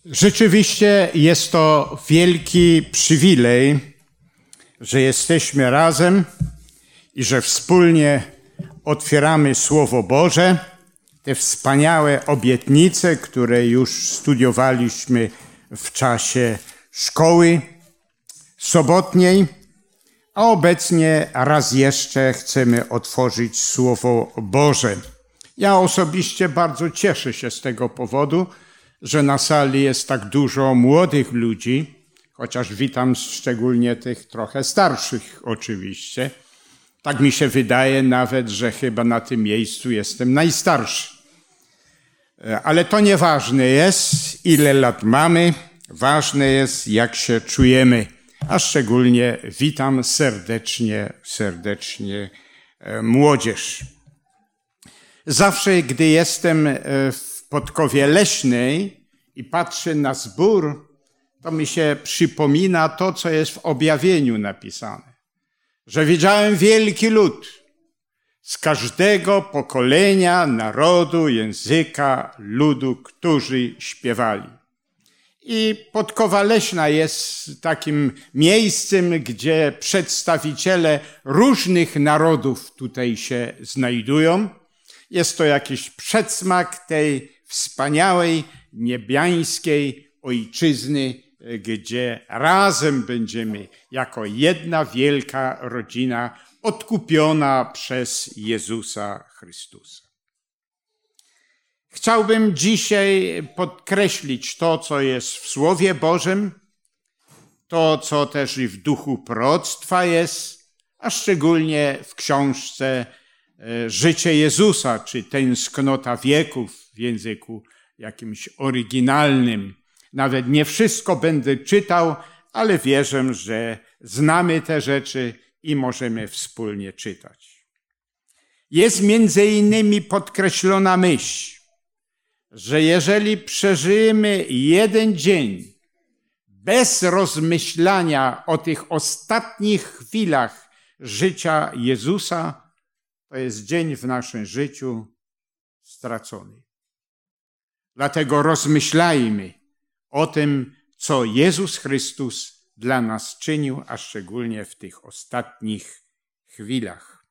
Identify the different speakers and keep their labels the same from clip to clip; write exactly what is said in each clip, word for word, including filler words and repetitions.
Speaker 1: Rzeczywiście jest to wielki przywilej, że jesteśmy razem i że wspólnie otwieramy Słowo Boże, te wspaniałe obietnice, które już studiowaliśmy w czasie szkoły sobotniej, a obecnie raz jeszcze chcemy otworzyć Słowo Boże. Ja osobiście bardzo cieszę się z tego powodu, że na sali jest tak dużo młodych ludzi, chociaż witam szczególnie tych trochę starszych oczywiście. Tak mi się wydaje nawet, że chyba na tym miejscu jestem najstarszy. Ale to nieważne jest, ile lat mamy, ważne jest, jak się czujemy. A szczególnie witam serdecznie, serdecznie młodzież. Zawsze, gdy jestem w Podkowie Leśnej i patrzę na zbór, to mi się przypomina to, co jest w objawieniu napisane. Że widziałem wielki lud z każdego pokolenia, narodu, języka, ludu, którzy śpiewali. I Podkowa Leśna jest takim miejscem, gdzie przedstawiciele różnych narodów tutaj się znajdują. Jest to jakiś przedsmak tej wspaniałej, niebiańskiej ojczyzny, gdzie razem będziemy jako jedna wielka rodzina odkupiona przez Jezusa Chrystusa. Chciałbym dzisiaj podkreślić to, co jest w Słowie Bożym, to, co też i w duchu proroctwa jest, a szczególnie w książce Życie Jezusa, czy Tęsknota wieków w języku jakimś oryginalnym. Nawet nie wszystko będę czytał, ale wierzę, że znamy te rzeczy i możemy wspólnie czytać. Jest między innymi podkreślona myśl, że jeżeli przeżyjemy jeden dzień bez rozmyślania o tych ostatnich chwilach życia Jezusa, to jest dzień w naszym życiu stracony. Dlatego rozmyślajmy o tym, co Jezus Chrystus dla nas czynił, a szczególnie w tych ostatnich chwilach.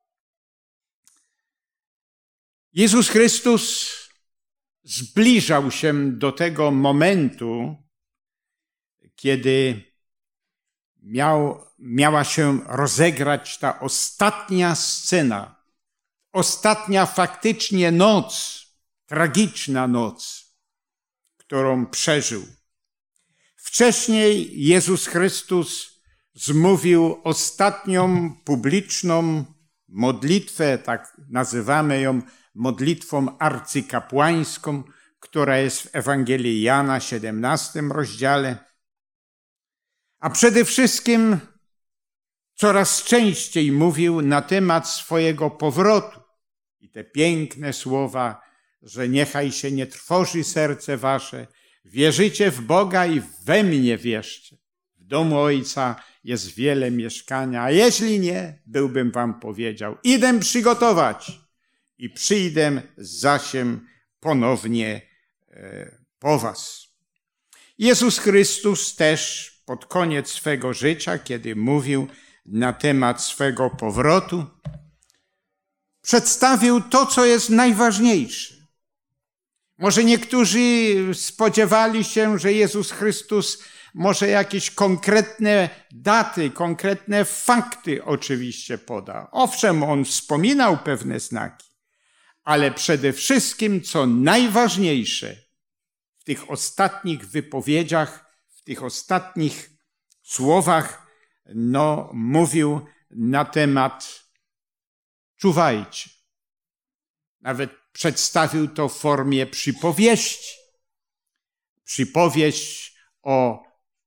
Speaker 1: Jezus Chrystus zbliżał się do tego momentu, kiedy miał, miała się rozegrać ta ostatnia scena, ostatnia faktycznie noc, tragiczna noc, którą przeżył. Wcześniej Jezus Chrystus zmówił ostatnią publiczną modlitwę, tak nazywamy ją modlitwą arcykapłańską, która jest w Ewangelii Jana, siedemnastym rozdziale. A przede wszystkim coraz częściej mówił na temat swojego powrotu. I te piękne słowa, że niechaj się nie trwoży serce wasze, wierzycie w Boga i we mnie wierzcie. W domu Ojca jest wiele mieszkania, a jeśli nie, byłbym wam powiedział, idę przygotować i przyjdę zasiem ponownie e, po was. Jezus Chrystus też pod koniec swego życia, kiedy mówił na temat swego powrotu, przedstawił to, co jest najważniejsze. Może niektórzy spodziewali się, że Jezus Chrystus może jakieś konkretne daty, konkretne fakty oczywiście poda. Owszem, on wspominał pewne znaki, ale przede wszystkim, co najważniejsze, w tych ostatnich wypowiedziach, w tych ostatnich słowach, no, mówił na temat czuwajcie. Nawet przedstawił to w formie przypowieści. Przypowieść o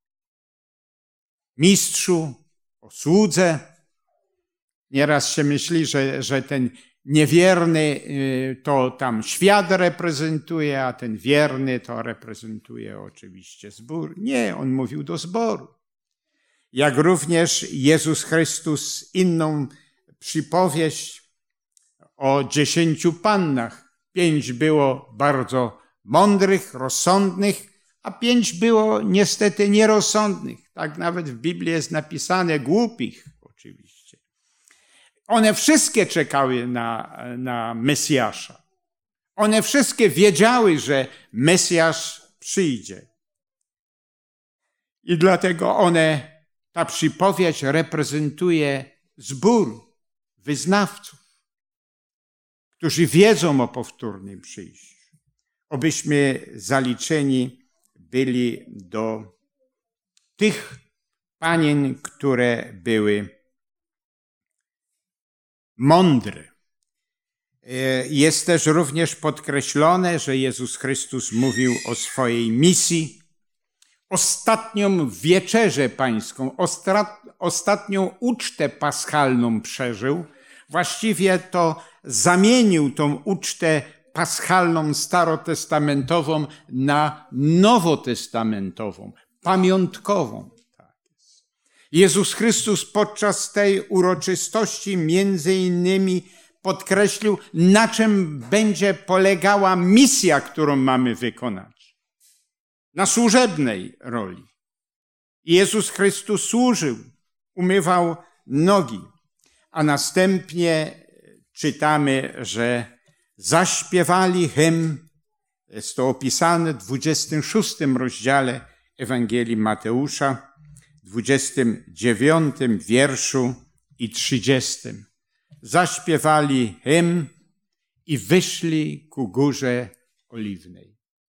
Speaker 1: mistrzu, o słudze. Nieraz się myśli, że, że ten niewierny to tam świat reprezentuje, a ten wierny to reprezentuje oczywiście zbór. Nie, on mówił do zboru. Jak również Jezus Chrystus inną przypowieść o dziesięciu pannach. Pięć było bardzo mądrych, rozsądnych, a pięć było niestety nierozsądnych. Tak nawet w Biblii jest napisane głupich oczywiście. One wszystkie czekały na, na Mesjasza. One wszystkie wiedziały, że Mesjasz przyjdzie. I dlatego one, ta przypowieść reprezentuje zbór wyznawców, którzy wiedzą o powtórnym przyjściu. Obyśmy zaliczeni byli do tych panien, które były mądre. Jest też również podkreślone, że Jezus Chrystus mówił o swojej misji. Ostatnią wieczerzę pańską, ostatnią ucztę paschalną przeżył. Właściwie to zamienił tą ucztę paschalną, starotestamentową na nowotestamentową, pamiątkową. Jezus Chrystus podczas tej uroczystości między innymi podkreślił, na czym będzie polegała misja, którą mamy wykonać. Na służebnej roli. Jezus Chrystus służył, umywał nogi, a następnie czytamy, że zaśpiewali hymn, jest to opisane w dwudziestym szóstym rozdziale Ewangelii Mateusza, dwudziestym dziewiątym wierszu i trzydziestym. Zaśpiewali hymn i wyszli ku Górze Oliwnej.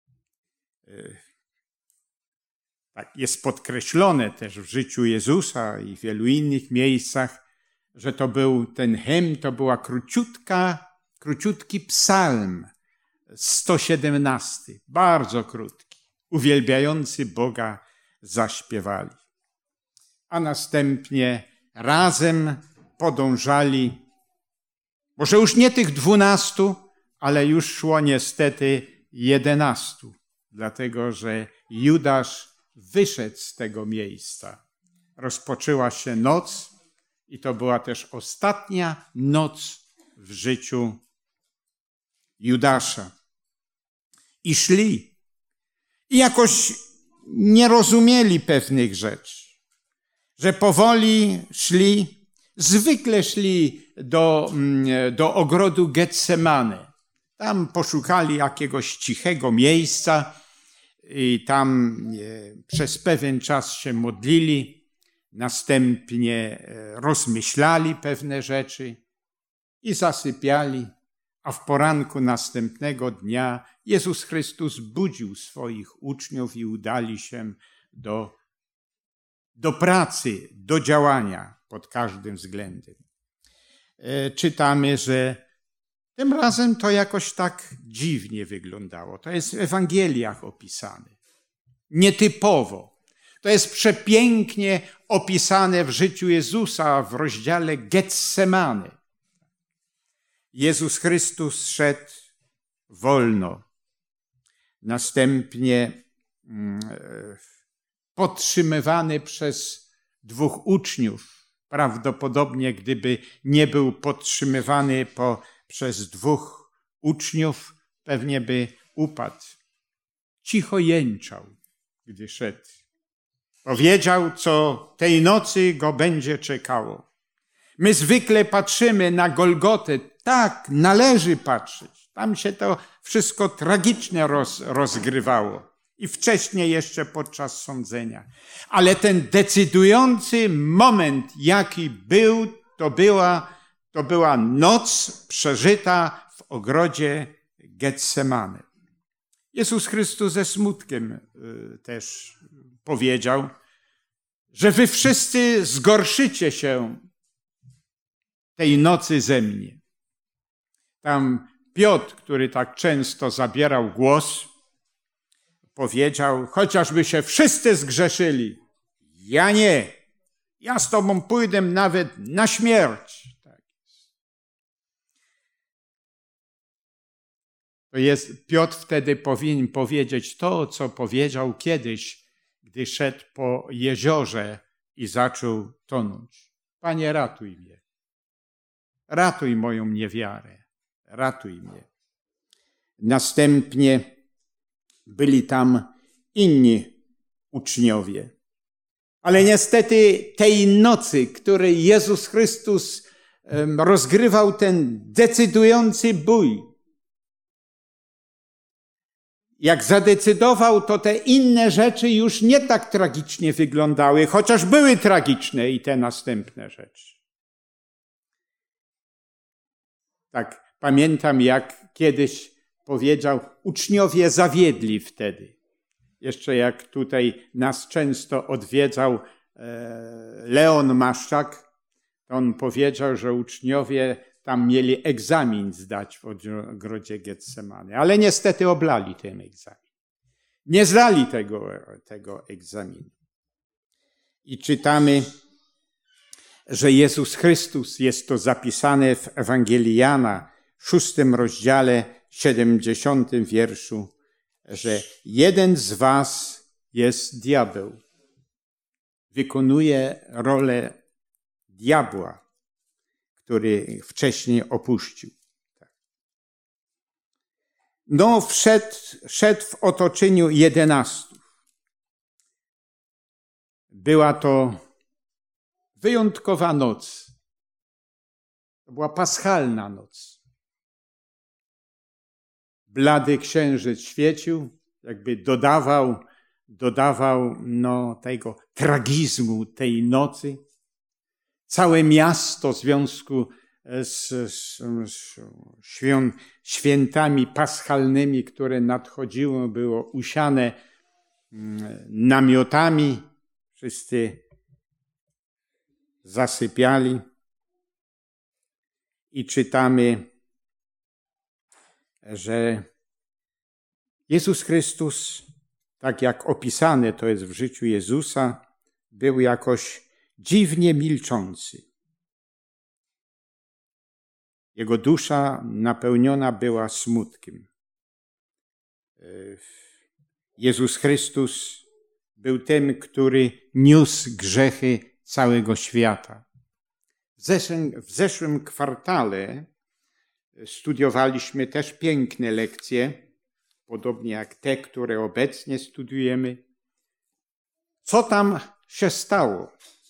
Speaker 1: Tak jest podkreślone też w życiu Jezusa i w wielu innych miejscach, że to był ten hymn, to była króciutka, króciutki psalm, sto siedemnasty, bardzo krótki, uwielbiający Boga zaśpiewali. A następnie razem podążali, może już nie tych dwunastu, ale już szło niestety jedenastu, dlatego że Judasz wyszedł z tego miejsca. Rozpoczęła się noc i to była też ostatnia noc w życiu Judasza. I szli. I jakoś nie rozumieli pewnych rzeczy. Że powoli szli, zwykle szli do, do ogrodu Getsemane. Tam poszukali jakiegoś cichego miejsca i tam przez pewien czas się modlili, następnie rozmyślali pewne rzeczy i zasypiali, a w poranku następnego dnia Jezus Chrystus budził swoich uczniów i udali się do, do pracy, do działania pod każdym względem. Czytamy, że tym razem to jakoś tak dziwnie wyglądało. To jest w Ewangeliach opisane. Nietypowo. To jest przepięknie opisane w życiu Jezusa w rozdziale Getsemane. Jezus Chrystus szedł wolno. Następnie podtrzymywany przez dwóch uczniów. Prawdopodobnie gdyby nie był podtrzymywany po, przez dwóch uczniów, pewnie by upadł. Cicho jęczał, gdy szedł. Powiedział, co tej nocy go będzie czekało. My zwykle patrzymy na Golgotę. Tak, należy patrzeć. Tam się to wszystko tragicznie roz, rozgrywało. I wcześniej jeszcze podczas sądzenia. Ale ten decydujący moment, jaki był, to była, to była noc przeżyta w ogrodzie Getsemane. Jezus Chrystus ze smutkiem też powiedział, że wy wszyscy zgorszycie się tej nocy ze mnie. Tam Piotr, który tak często zabierał głos, powiedział, chociażby się wszyscy zgrzeszyli, ja nie. Ja z tobą pójdę nawet na śmierć. Tak. To jest, Piotr wtedy powinien powiedzieć to, co powiedział kiedyś, gdy szedł po jeziorze i zaczął tonąć. Panie, ratuj mnie. Ratuj moją niewiarę. Ratuj mnie. Następnie byli tam inni uczniowie. Ale niestety tej nocy, której Jezus Chrystus rozgrywał ten decydujący bój, jak zadecydował, to te inne rzeczy już nie tak tragicznie wyglądały, chociaż były tragiczne i te następne rzeczy. Tak, pamiętam, jak kiedyś powiedział, uczniowie zawiedli wtedy. Jeszcze jak tutaj nas często odwiedzał Leon Maszczak, to on powiedział, że uczniowie tam mieli egzamin zdać w ogrodzie Getsemany, ale niestety oblali ten egzamin. Nie zdali tego, tego egzaminu. I czytamy, że Jezus Chrystus, jest to zapisane w Ewangelii Jana, szóstym rozdziale, siedemdziesiątym wierszu, że jeden z was jest diabeł. Wykonuje rolę diabła, który wcześniej opuścił. No, wszedł, szedł w otoczeniu jedenastu. Była to wyjątkowa noc. To była paschalna noc. Blady księżyc świecił, jakby dodawał, dodawał no, tego tragizmu tej nocy. Całe miasto w związku z, z, z świąt, świętami paschalnymi, które nadchodziły, było usiane namiotami. Wszyscy zasypiali. I czytamy, że Jezus Chrystus, tak jak opisane to jest w życiu Jezusa, był jakoś dziwnie milczący. Jego dusza napełniona była smutkiem. Jezus Chrystus był tym, który niósł grzechy całego świata. W zeszłym, w zeszłym kwartale studiowaliśmy też piękne lekcje, podobnie jak te, które obecnie studiujemy. Co tam się stało?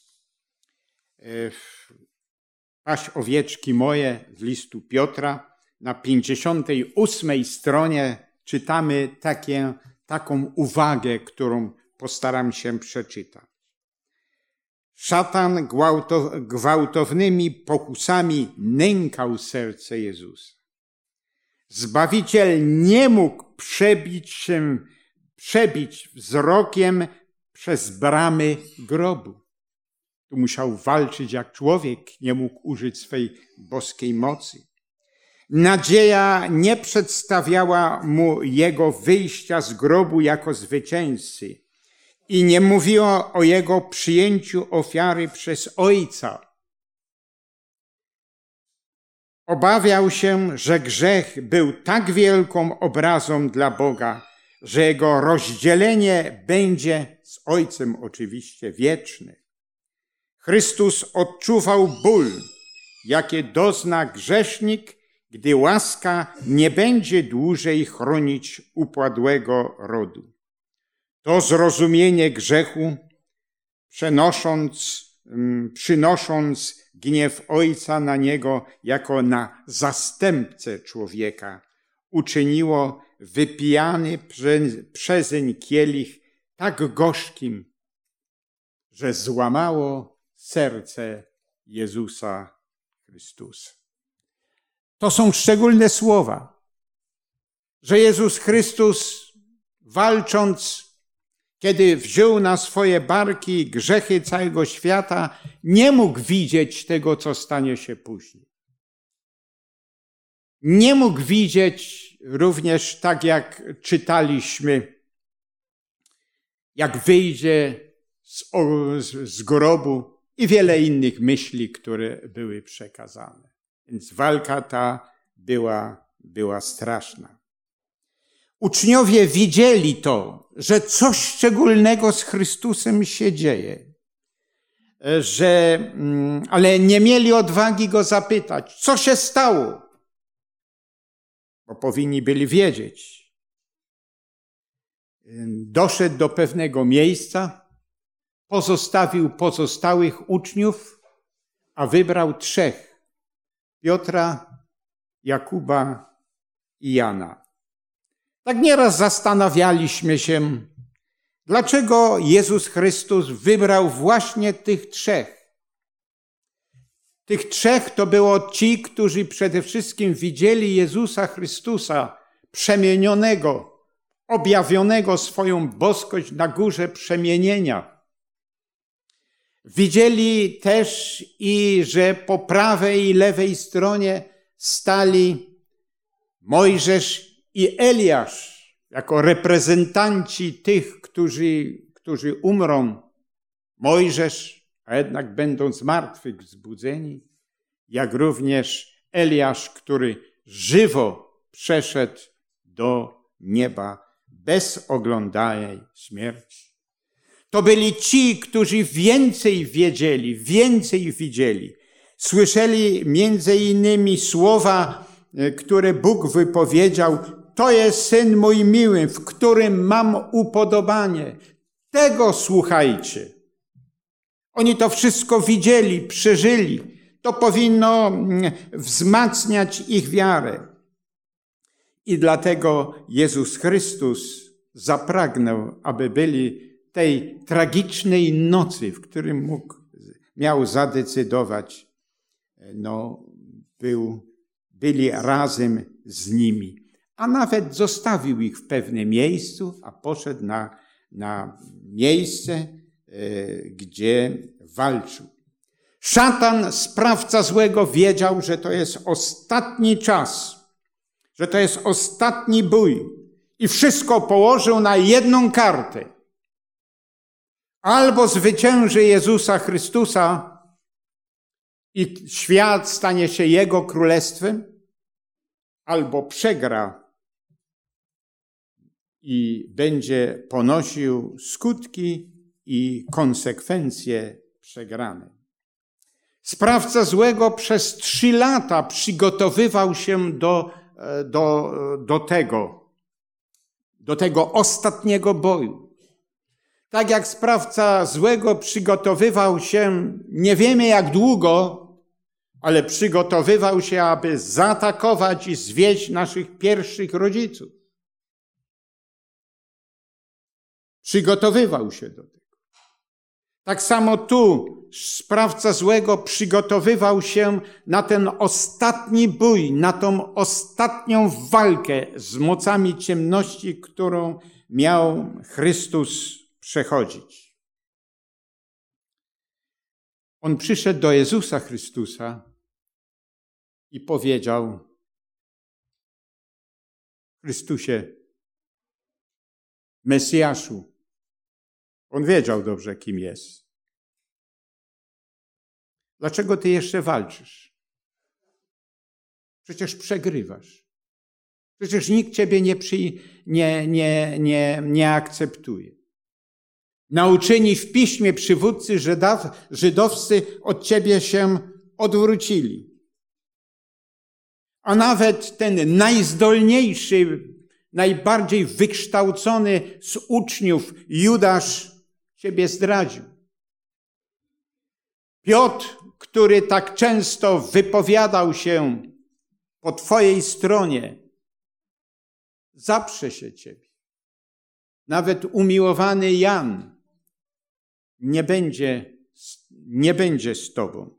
Speaker 1: Paś owieczki moje z listu Piotra, na pięćdziesiątej ósmej stronie czytamy takie, taką uwagę, którą postaram się przeczytać. Szatan gwałtownymi pokusami nękał serce Jezusa. Zbawiciel nie mógł przebić się, przebić wzrokiem przez bramy grobu. Tu musiał walczyć jak człowiek, nie mógł użyć swej boskiej mocy. Nadzieja nie przedstawiała mu jego wyjścia z grobu jako zwycięzcy i nie mówiła o jego przyjęciu ofiary przez Ojca. Obawiał się, że grzech był tak wielką obrazą dla Boga, że jego rozdzielenie będzie z Ojcem oczywiście wieczne. Chrystus odczuwał ból, jakie dozna grzesznik, gdy łaska nie będzie dłużej chronić upadłego rodu. To zrozumienie grzechu, przenosząc, przynosząc gniew Ojca na niego jako na zastępcę człowieka, uczyniło wypijany przezeń kielich tak gorzkim, że złamało serce Jezusa Chrystusa. To są szczególne słowa, że Jezus Chrystus, walcząc, kiedy wziął na swoje barki grzechy całego świata, nie mógł widzieć tego, co stanie się później. Nie mógł widzieć również, tak jak czytaliśmy, jak wyjdzie z, z grobu i wiele innych myśli, które były przekazane. Więc walka ta była, była straszna. Uczniowie widzieli to, że coś szczególnego z Chrystusem się dzieje, że, ale nie mieli odwagi go zapytać, co się stało, bo powinni byli wiedzieć. doszedł do pewnego miejsca, pozostawił pozostałych uczniów, a wybrał trzech: Piotra, Jakuba i Jana. Tak nieraz zastanawialiśmy się, dlaczego Jezus Chrystus wybrał właśnie tych trzech. Tych trzech to było ci, którzy przede wszystkim widzieli Jezusa Chrystusa przemienionego, objawionego swoją boskość na górze przemienienia. Widzieli też i, że po prawej i lewej stronie stali Mojżesz i Eliasz jako reprezentanci tych, którzy, którzy umrą. Mojżesz, a jednak będą z martwych wzbudzeni, jak również Eliasz, który żywo przeszedł do nieba bez oglądania śmierci. To byli ci, którzy więcej wiedzieli, więcej widzieli. Słyszeli między innymi słowa, które Bóg wypowiedział: to jest Syn mój miły, w którym mam upodobanie. Tego słuchajcie. Oni to wszystko widzieli, przeżyli. To powinno wzmacniać ich wiarę. I dlatego Jezus Chrystus zapragnął, aby byli tej tragicznej nocy, w którym mógł, miał zadecydować, no, był, byli razem z nimi. A nawet zostawił ich w pewnym miejscu, a poszedł na, na miejsce, e, gdzie walczył. Szatan, sprawca złego, wiedział, że to jest ostatni czas, że to jest ostatni bój i wszystko położył na jedną kartę. Albo zwycięży Jezusa Chrystusa i świat stanie się Jego królestwem, albo przegra i będzie ponosił skutki i konsekwencje przegranej. Sprawca złego przez trzy lata przygotowywał się do, do, do tego, do tego ostatniego boju. Tak jak sprawca złego przygotowywał się, nie wiemy jak długo, ale przygotowywał się, aby zaatakować i zwieść naszych pierwszych rodziców. Przygotowywał się do tego. Tak samo tu sprawca złego przygotowywał się na ten ostatni bój, na tą ostatnią walkę z mocami ciemności, którą miał Chrystus przechodzić. On przyszedł do Jezusa Chrystusa i powiedział: Chrystusie, Mesjaszu. On wiedział dobrze, kim jest. Dlaczego ty jeszcze walczysz? Przecież przegrywasz. Przecież nikt ciebie nie, przy, nie, nie, nie, nie akceptuje. Nauczeni w piśmie przywódcy żydowscy od ciebie się odwrócili. A nawet ten najzdolniejszy, najbardziej wykształcony z uczniów, Judasz, ciebie zdradził. Piotr, który tak często wypowiadał się po twojej stronie, zaprze się ciebie. Nawet umiłowany Jan nie będzie, nie będzie z tobą.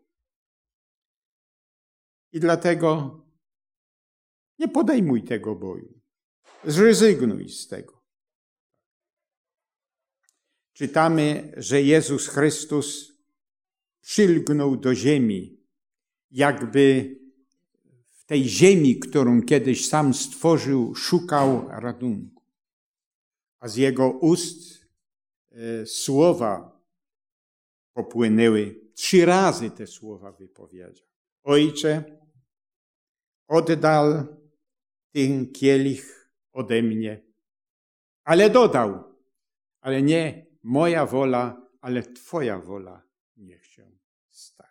Speaker 1: I dlatego nie podejmuj tego boju. Zrezygnuj z tego. Czytamy, że Jezus Chrystus przylgnął do ziemi, jakby w tej ziemi, którą kiedyś sam stworzył, szukał ratunku. A z jego ust e, słowa popłynęły. Trzy razy te słowa wypowiedział. Ojcze, oddal ten kielich ode mnie. Ale dodał, ale nie moja wola, ale Twoja wola niech się stanie.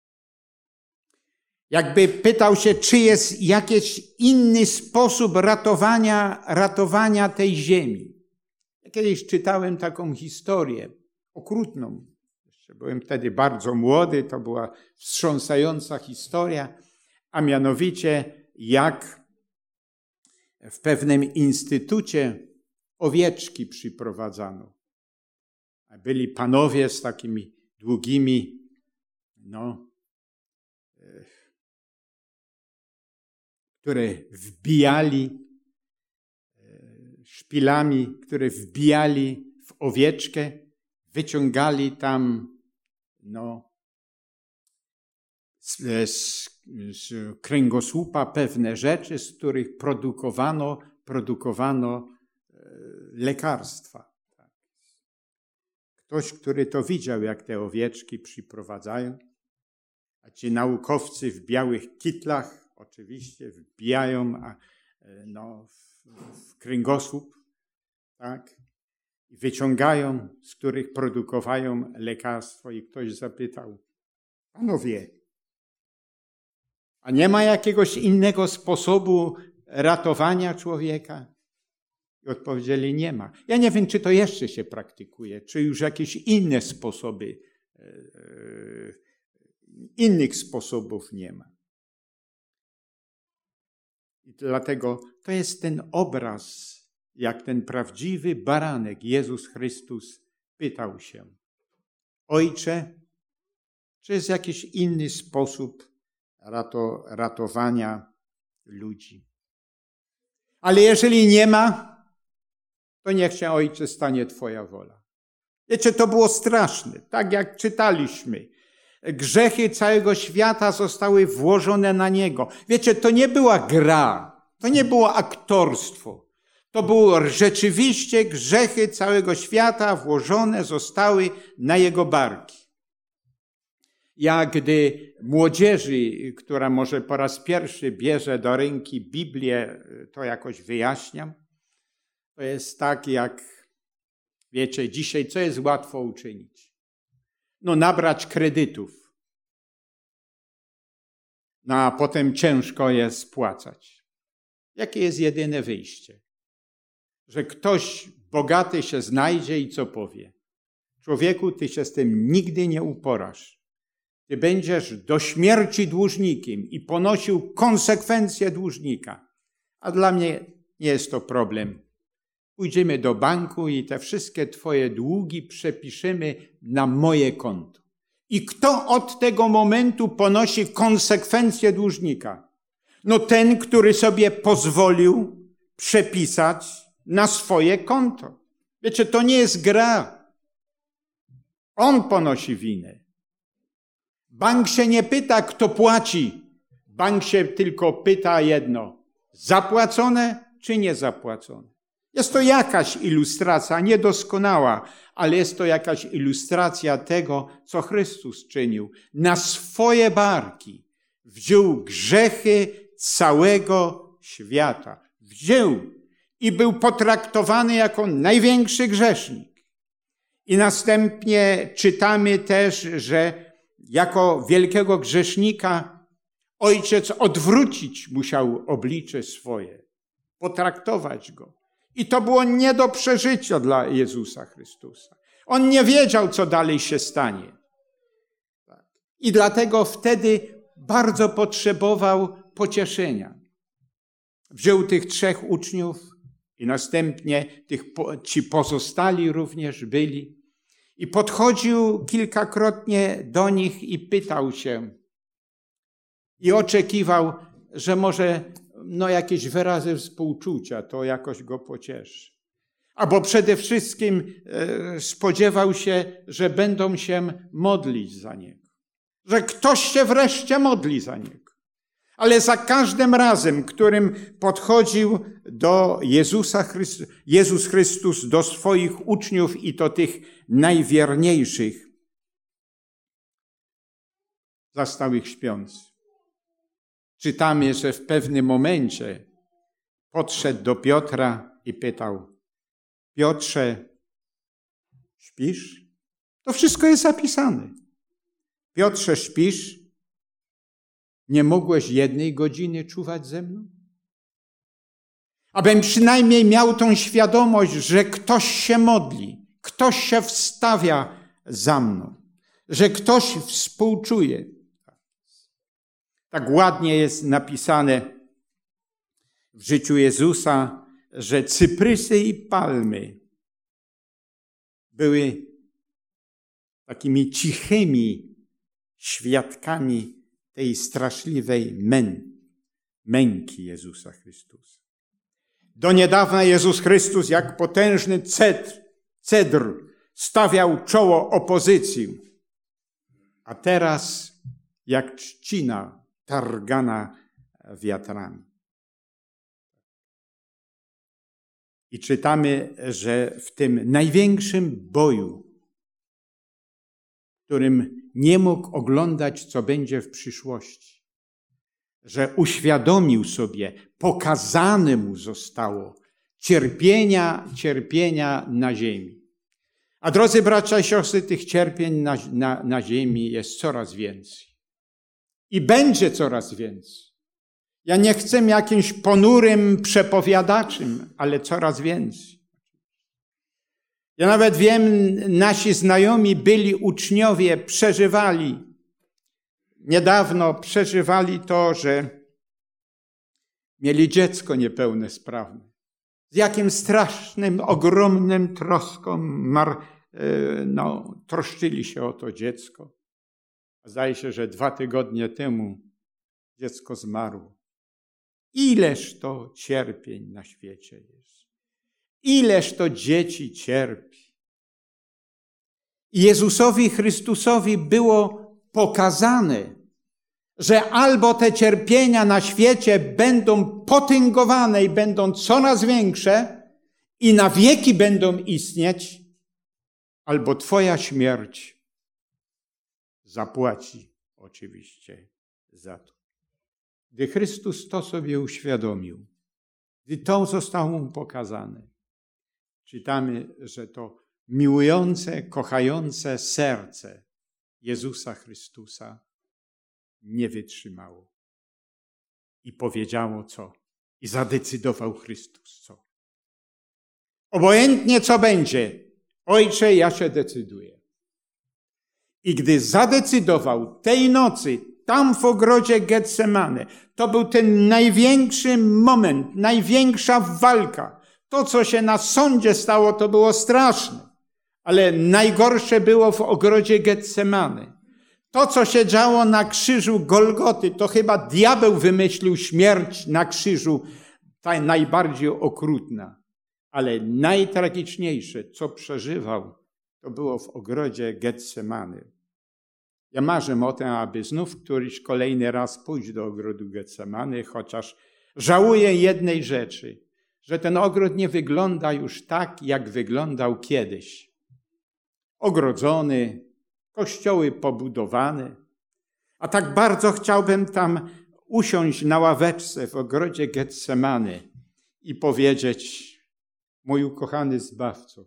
Speaker 1: Jakby pytał się, czy jest jakiś inny sposób ratowania, ratowania tej ziemi. kiedyś czytałem taką historię, okrutną. Jeszcze byłem wtedy bardzo młody, to była wstrząsająca historia, a mianowicie jak w pewnym instytucie owieczki przyprowadzano. Byli panowie z takimi długimi, no, które wbijali szpilami, które wbijali w owieczkę, wyciągali tam, no, z, z, z kręgosłupa pewne rzeczy, z których produkowano, produkowano lekarstwa. Ktoś, który to widział, jak te owieczki przyprowadzają, a ci naukowcy w białych kitlach oczywiście wbijają a, no, w, w kręgosłup, tak, i wyciągają, z których produkowają lekarstwo, i ktoś zapytał: panowie, a nie ma jakiegoś innego sposobu ratowania człowieka? I odpowiedzieli: nie ma. Ja nie wiem, czy to jeszcze się praktykuje, czy już jakieś inne sposoby, e, e, innych sposobów nie ma. I dlatego to jest ten obraz, jak ten prawdziwy baranek, Jezus Chrystus, pytał się: Ojcze, czy jest jakiś inny sposób rato, ratowania ludzi? Ale jeżeli nie ma, to niech się, Ojcze, stanie Twoja wola. Wiecie, to było straszne. Tak jak czytaliśmy, grzechy całego świata zostały włożone na Niego. Wiecie, to nie była gra, to nie było aktorstwo. To było rzeczywiście grzechy całego świata włożone zostały na Jego barki. Ja, gdy młodzieży, która może po raz pierwszy bierze do ręki Biblię, to jakoś wyjaśniam. To jest tak, jak, wiecie, dzisiaj co jest łatwo uczynić? No, nabrać kredytów. No, a potem ciężko je spłacać. Jakie jest jedyne wyjście? Że ktoś bogaty się znajdzie i co powie? Człowieku, ty się z tym nigdy nie uporasz. Ty będziesz do śmierci dłużnikiem i ponosił konsekwencje dłużnika. A dla mnie nie jest to problem. Pójdziemy do banku i te wszystkie twoje długi przepiszemy na moje konto. I kto od tego momentu ponosi konsekwencje dłużnika? No ten, który sobie pozwolił przepisać na swoje konto. Wiecie, to nie jest gra. On ponosi winę. Bank się nie pyta, kto płaci. Bank się tylko pyta jedno: zapłacone czy niezapłacone? Jest to jakaś ilustracja, niedoskonała, ale jest to jakaś ilustracja tego, co Chrystus czynił. Na swoje barki wziął grzechy całego świata. Wziął i był potraktowany jako największy grzesznik. I następnie czytamy też, że jako wielkiego grzesznika Ojciec odwrócić musiał oblicze swoje, potraktować go. I to było nie do przeżycia dla Jezusa Chrystusa. On nie wiedział, co dalej się stanie. I dlatego wtedy bardzo potrzebował pocieszenia. Wziął tych trzech uczniów i następnie tych, ci pozostali również byli. I podchodził kilkakrotnie do nich i pytał się. I oczekiwał, że może no jakieś wyrazy współczucia, to jakoś go pocieszy. Albo przede wszystkim e, spodziewał się, że będą się modlić za niego. Że ktoś się wreszcie modli za niego. Ale za każdym razem, którym podchodził do Jezusa Chrystus, Jezus Chrystus do swoich uczniów i to tych najwierniejszych, zastał ich śpiący. Czytamy, że w pewnym momencie podszedł do Piotra i pytał: Piotrze, śpisz? To wszystko jest zapisane. Piotrze, śpisz? Nie mogłeś jednej godziny czuwać ze mną? Abym przynajmniej miał tą świadomość, że ktoś się modli, ktoś się wstawia za mną, że ktoś współczuje. Tak ładnie jest napisane w życiu Jezusa, że cyprysy i palmy były takimi cichymi świadkami tej straszliwej męki, męki Jezusa Chrystusa. Do niedawna Jezus Chrystus jak potężny cedr, cedr stawiał czoło opozycji, a teraz jak trzcina targana wiatrami. I czytamy, że w tym największym boju, w którym nie mógł oglądać, co będzie w przyszłości, że uświadomił sobie, pokazane mu zostało cierpienia, cierpienia na ziemi. A drodzy bracia i siostry, tych cierpień na, na, na ziemi jest coraz więcej. I będzie coraz więcej. Ja nie chcę jakimś ponurym przepowiadaczem, ale coraz więcej. Ja nawet wiem, nasi znajomi byli uczniowie, przeżywali, niedawno przeżywali to, że mieli dziecko niepełnosprawne. Z jakim strasznym, ogromnym troską mar, no, troszczyli się o to dziecko. Zdaje się, że dwa tygodnie temu dziecko zmarło. Ileż to cierpień na świecie jest. Ileż to dzieci cierpi. I Jezusowi Chrystusowi było pokazane, że albo te cierpienia na świecie będą potęgowane i będą coraz większe i na wieki będą istnieć, albo Twoja śmierć zapłaci oczywiście za to. Gdy Chrystus to sobie uświadomił, gdy to zostało mu pokazane, czytamy, że to miłujące, kochające serce Jezusa Chrystusa nie wytrzymało. I powiedziało co? I zadecydował Chrystus co? Obojętnie co będzie, Ojcze, ja się decyduję. I gdy zadecydował tej nocy, tam w ogrodzie Getsemane, to był ten największy moment, największa walka. To, co się na sądzie stało, to było straszne. Ale najgorsze było w ogrodzie Getsemane. To, co się działo na krzyżu Golgoty, to chyba diabeł wymyślił śmierć na krzyżu, ta najbardziej okrutna. Ale najtragiczniejsze, co przeżywał, to było w ogrodzie Getsemane. Ja marzę o tym, aby znów któryś kolejny raz pójść do ogrodu Getsemane, chociaż żałuję jednej rzeczy, że ten ogród nie wygląda już tak, jak wyglądał kiedyś. Ogrodzony, kościoły pobudowane. A tak bardzo chciałbym tam usiąść na ławeczce w ogrodzie Getsemane i powiedzieć: mój ukochany Zbawco,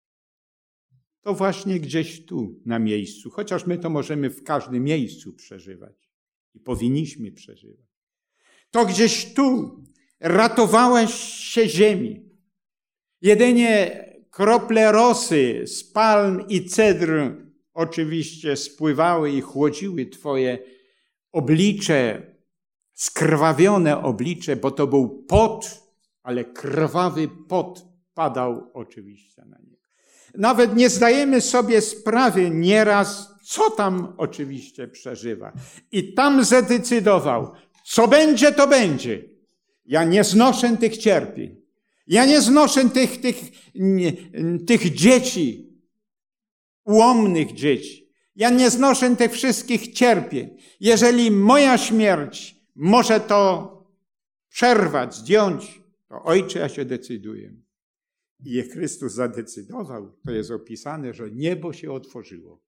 Speaker 1: to właśnie gdzieś tu na miejscu, chociaż my to możemy w każdym miejscu przeżywać i powinniśmy przeżywać. To gdzieś tu ratowałeś się ziemi. Jedynie krople rosy z palm i cedr oczywiście spływały i chłodziły Twoje oblicze, skrwawione oblicze, bo to był pot, ale krwawy pot padał oczywiście na niego. Nawet nie zdajemy sobie sprawy nieraz, co tam oczywiście przeżywa. I tam zadecydował, co będzie, to będzie. Ja nie znoszę tych cierpień. Ja nie znoszę tych, tych, nie, tych dzieci, ułomnych dzieci. Ja nie znoszę tych wszystkich cierpień. Jeżeli moja śmierć może to przerwać, zdjąć, to Ojcze, ja się decyduję. I jak Chrystus zadecydował, to jest opisane, że niebo się otworzyło.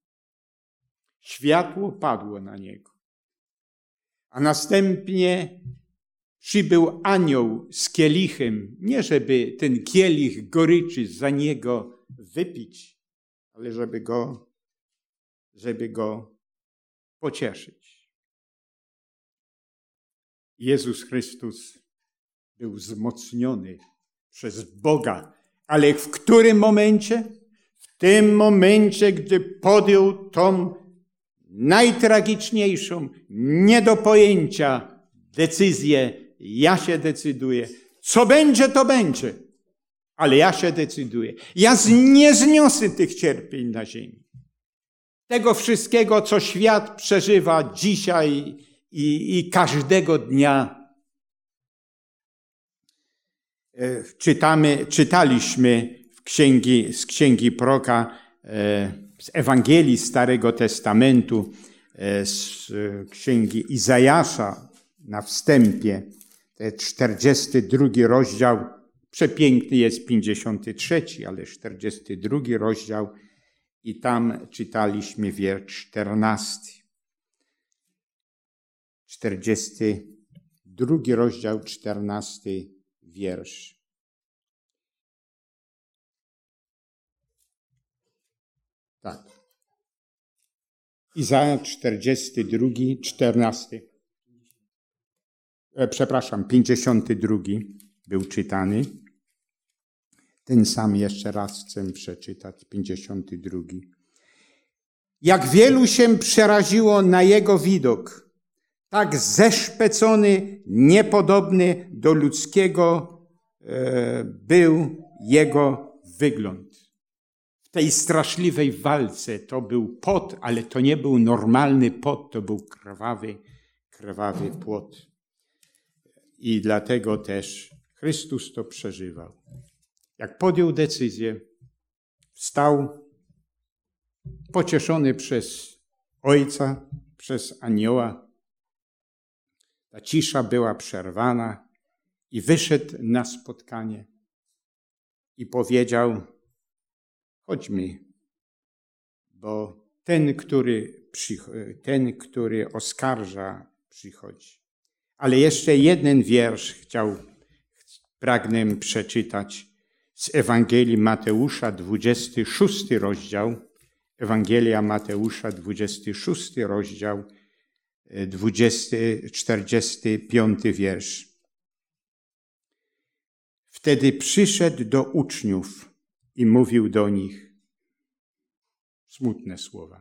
Speaker 1: Światło padło na Niego. A następnie przybył anioł z kielichem, nie żeby ten kielich goryczy za Niego wypić, ale żeby go, żeby go pocieszyć. Jezus Chrystus był wzmocniony przez Boga. Ale w którym momencie? W tym momencie, gdy podjął tą najtragiczniejszą, nie do pojęcia decyzję. Ja się decyduję. Co będzie, to będzie. Ale ja się decyduję. Ja nie zniosę tych cierpień na ziemi. Tego wszystkiego, co świat przeżywa dzisiaj i, i każdego dnia. Czytamy, czytaliśmy w księgi, z księgi proroka, z Ewangelii Starego Testamentu, z księgi Izajasza na wstępie, czterdziesty drugi rozdział, przepiękny jest pięćdziesiąty trzeci, ale czterdziesty drugi rozdział i tam czytaliśmy wiersz czternasty. czterdziesty drugi rozdział, czternasty wiersz. Tak. Izajasz czterdziesty drugi, czternasty. E, przepraszam, pięćdziesiąty drugi był czytany. Ten sam jeszcze raz chcę przeczytać, pięćdziesiąty drugi. Jak wielu się przeraziło na jego widok, tak zeszpecony, niepodobny do ludzkiego e, był jego wygląd. W tej straszliwej walce to był pot, ale to nie był normalny pot, to był krwawy, krwawy płot. I dlatego też Chrystus to przeżywał. Jak podjął decyzję, wstał pocieszony przez Ojca, przez anioła. Ta cisza była przerwana i wyszedł na spotkanie i powiedział: chodźmy, bo ten, który, przychodzi, ten, który oskarża, przychodzi. Ale jeszcze jeden wiersz chciał, pragnę przeczytać z Ewangelii Mateusza, dwudziesty szósty rozdział. Ewangelia Mateusza, dwudziesty szósty rozdział, dwudziesty, czterdziesty piąty wiersz. Wtedy przyszedł do uczniów i mówił do nich smutne słowa.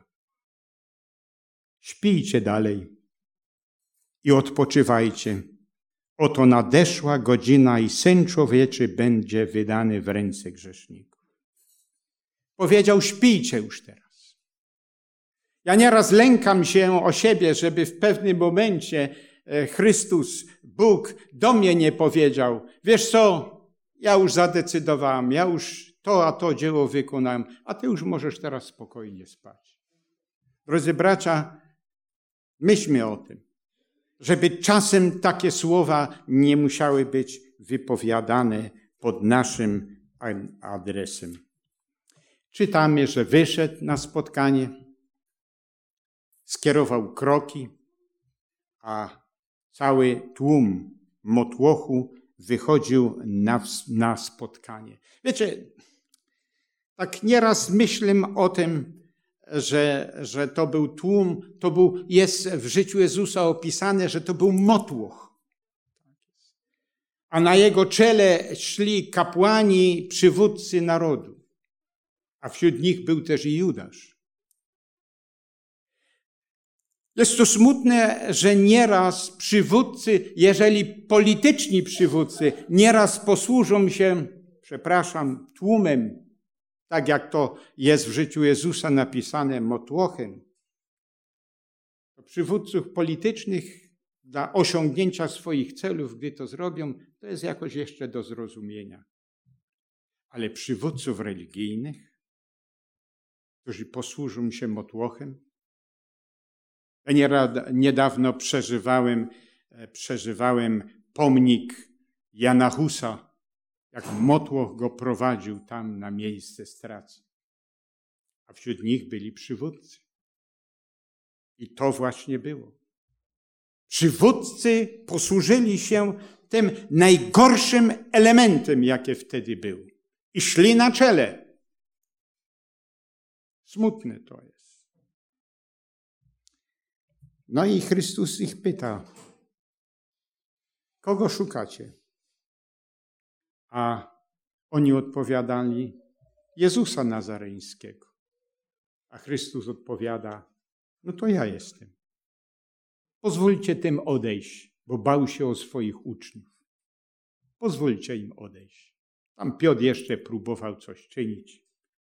Speaker 1: Śpijcie dalej i odpoczywajcie. Oto nadeszła godzina i Syn Człowieczy będzie wydany w ręce grzeszników. Powiedział: śpijcie już teraz. Ja nieraz lękam się o siebie, żeby w pewnym momencie Chrystus, Bóg do mnie nie powiedział: wiesz co, ja już zadecydowałem, ja już to a to dzieło wykonałem, a ty już możesz teraz spokojnie spać. Drodzy bracia, myślmy o tym, żeby czasem takie słowa nie musiały być wypowiadane pod naszym adresem. Czytamy, że wyszedł na spotkanie, skierował kroki, a cały tłum motłochu wychodził na, na spotkanie. Wiecie, tak nieraz myślę o tym, że, że to był tłum, to był, jest w życiu Jezusa opisane, że to był motłoch. A na jego czele szli kapłani, przywódcy narodu. A wśród nich był też i Judasz. Jest to smutne, że nieraz przywódcy, jeżeli polityczni przywódcy, nieraz posłużą się, przepraszam, tłumem, tak jak to jest w życiu Jezusa napisane, motłochem. To przywódców politycznych dla osiągnięcia swoich celów, gdy to zrobią, to jest jakoś jeszcze do zrozumienia. Ale przywódców religijnych, którzy posłużą się motłochem. Ja niedawno przeżywałem, przeżywałem pomnik Jana Husa, jak motłoch go prowadził tam na miejsce straty. A wśród nich byli przywódcy. I to właśnie było. Przywódcy posłużyli się tym najgorszym elementem, jakie wtedy był. I szli na czele. Smutne to jest. No i Chrystus ich pyta: kogo szukacie? A oni odpowiadali: Jezusa Nazareńskiego. A Chrystus odpowiada: no to ja jestem. Pozwólcie tym odejść, bo bał się o swoich uczniów. Pozwólcie im odejść. Tam Piotr jeszcze próbował coś czynić.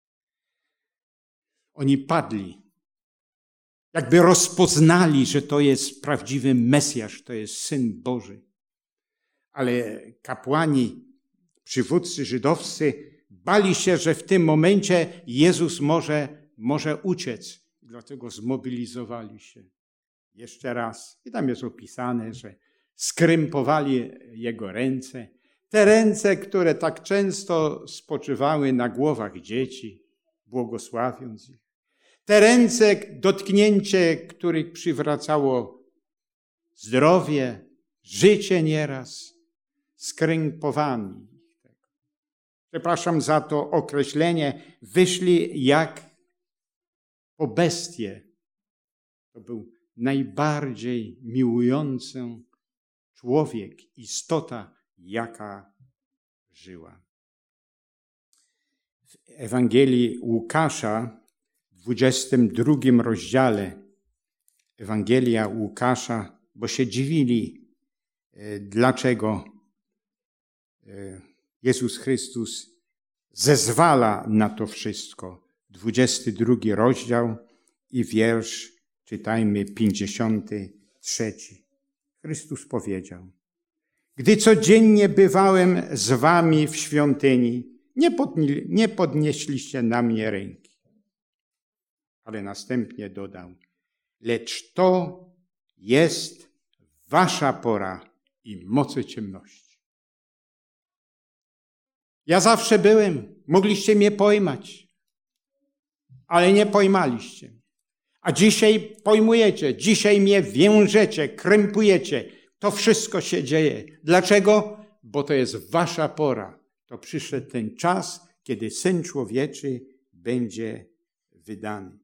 Speaker 1: Oni padli. Jakby rozpoznali, że to jest prawdziwy Mesjasz, to jest Syn Boży. Ale kapłani, przywódcy żydowscy bali się, że w tym momencie Jezus może, może uciec. Dlatego zmobilizowali się jeszcze raz. I tam jest opisane, że skrępowali jego ręce. Te ręce, które tak często spoczywały na głowach dzieci, błogosławiąc ich. Te ręce, dotknięcie których przywracało zdrowie, życie nieraz, skrępowani. Przepraszam za to określenie, wyszli jak po bestie. To był najbardziej miłujący człowiek, istota, jaka żyła. W Ewangelii Łukasza, w dwudziestym drugim rozdziale, Ewangelia Łukasza, bo się dziwili, dlaczego Jezus Chrystus zezwala na to wszystko. dwudziesty drugi rozdział i wiersz, czytajmy, pięćdziesiąty trzeci. Chrystus powiedział: gdy codziennie bywałem z wami w świątyni, nie, podnie, nie podnieśliście na mnie ręki. Ale następnie dodał: lecz to jest wasza pora i mocy ciemności. Ja zawsze byłem, mogliście mnie pojmać, ale nie pojmaliście. A dzisiaj pojmujecie, dzisiaj mnie wiążecie, krępujecie. To wszystko się dzieje. Dlaczego? Bo to jest wasza pora. To przyszedł ten czas, kiedy Syn Człowieczy będzie wydany.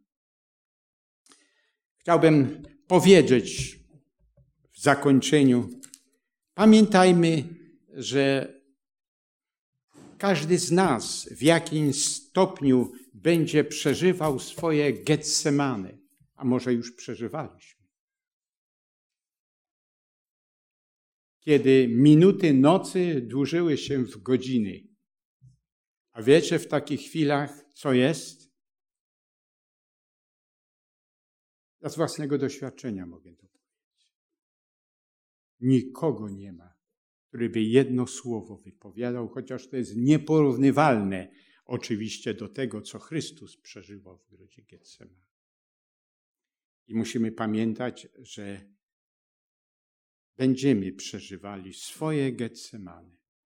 Speaker 1: Chciałbym powiedzieć w zakończeniu, pamiętajmy, że każdy z nas w jakimś stopniu będzie przeżywał swoje Getsemane, a może już przeżywaliśmy. Kiedy minuty nocy dłużyły się w godziny. A wiecie w takich chwilach, co jest? Ja z własnego doświadczenia mogę to powiedzieć. Nikogo nie ma, który by jedno słowo wypowiadał, chociaż to jest nieporównywalne oczywiście do tego, co Chrystus przeżywał w ogrodzie Getsemane. I musimy pamiętać, że będziemy przeżywali swoje Getsemane.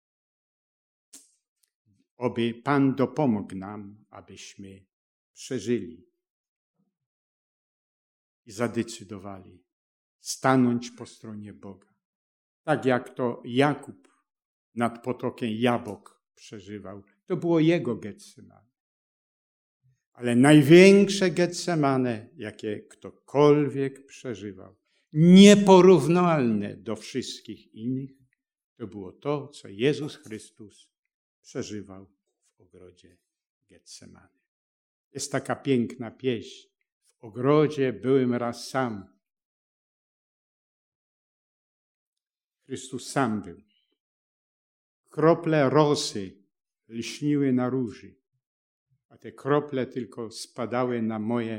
Speaker 1: Oby Pan dopomógł nam, abyśmy przeżyli i zadecydowali stanąć po stronie Boga. Tak jak to Jakub nad potokiem Jabok przeżywał. To było jego Getsemane. Ale największe Getsemane, jakie ktokolwiek przeżywał, nieporównalne do wszystkich innych, to było to, co Jezus Chrystus przeżywał w ogrodzie Getsemane. Jest taka piękna pieśń. W ogrodzie byłem raz sam. Chrystus sam był. Krople rosy lśniły na róży, a te krople tylko spadały na moje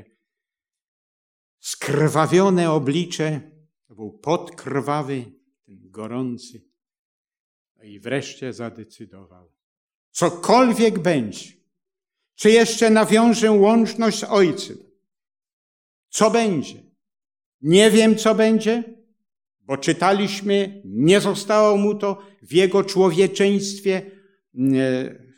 Speaker 1: skrwawione oblicze. To był pot krwawy, ten gorący. No i wreszcie zadecydował. Cokolwiek będzie, czy jeszcze nawiążę łączność z Ojcem. Co będzie? Nie wiem, co będzie, bo czytaliśmy, nie zostało mu to w jego człowieczeństwie e,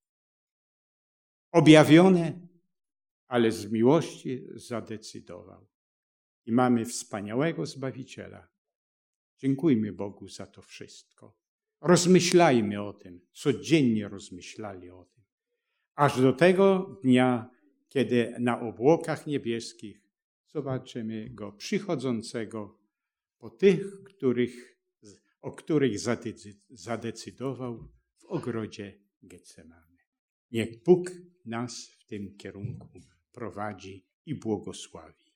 Speaker 1: objawione, ale z miłości zadecydował. I mamy wspaniałego Zbawiciela. Dziękujmy Bogu za to wszystko. Rozmyślajmy o tym, codziennie rozmyślali o tym. Aż do tego dnia, kiedy na obłokach niebieskich zobaczymy Go przychodzącego po tych, których, o których zadecydował w ogrodzie Getsemany. Niech Bóg nas w tym kierunku prowadzi i błogosławi.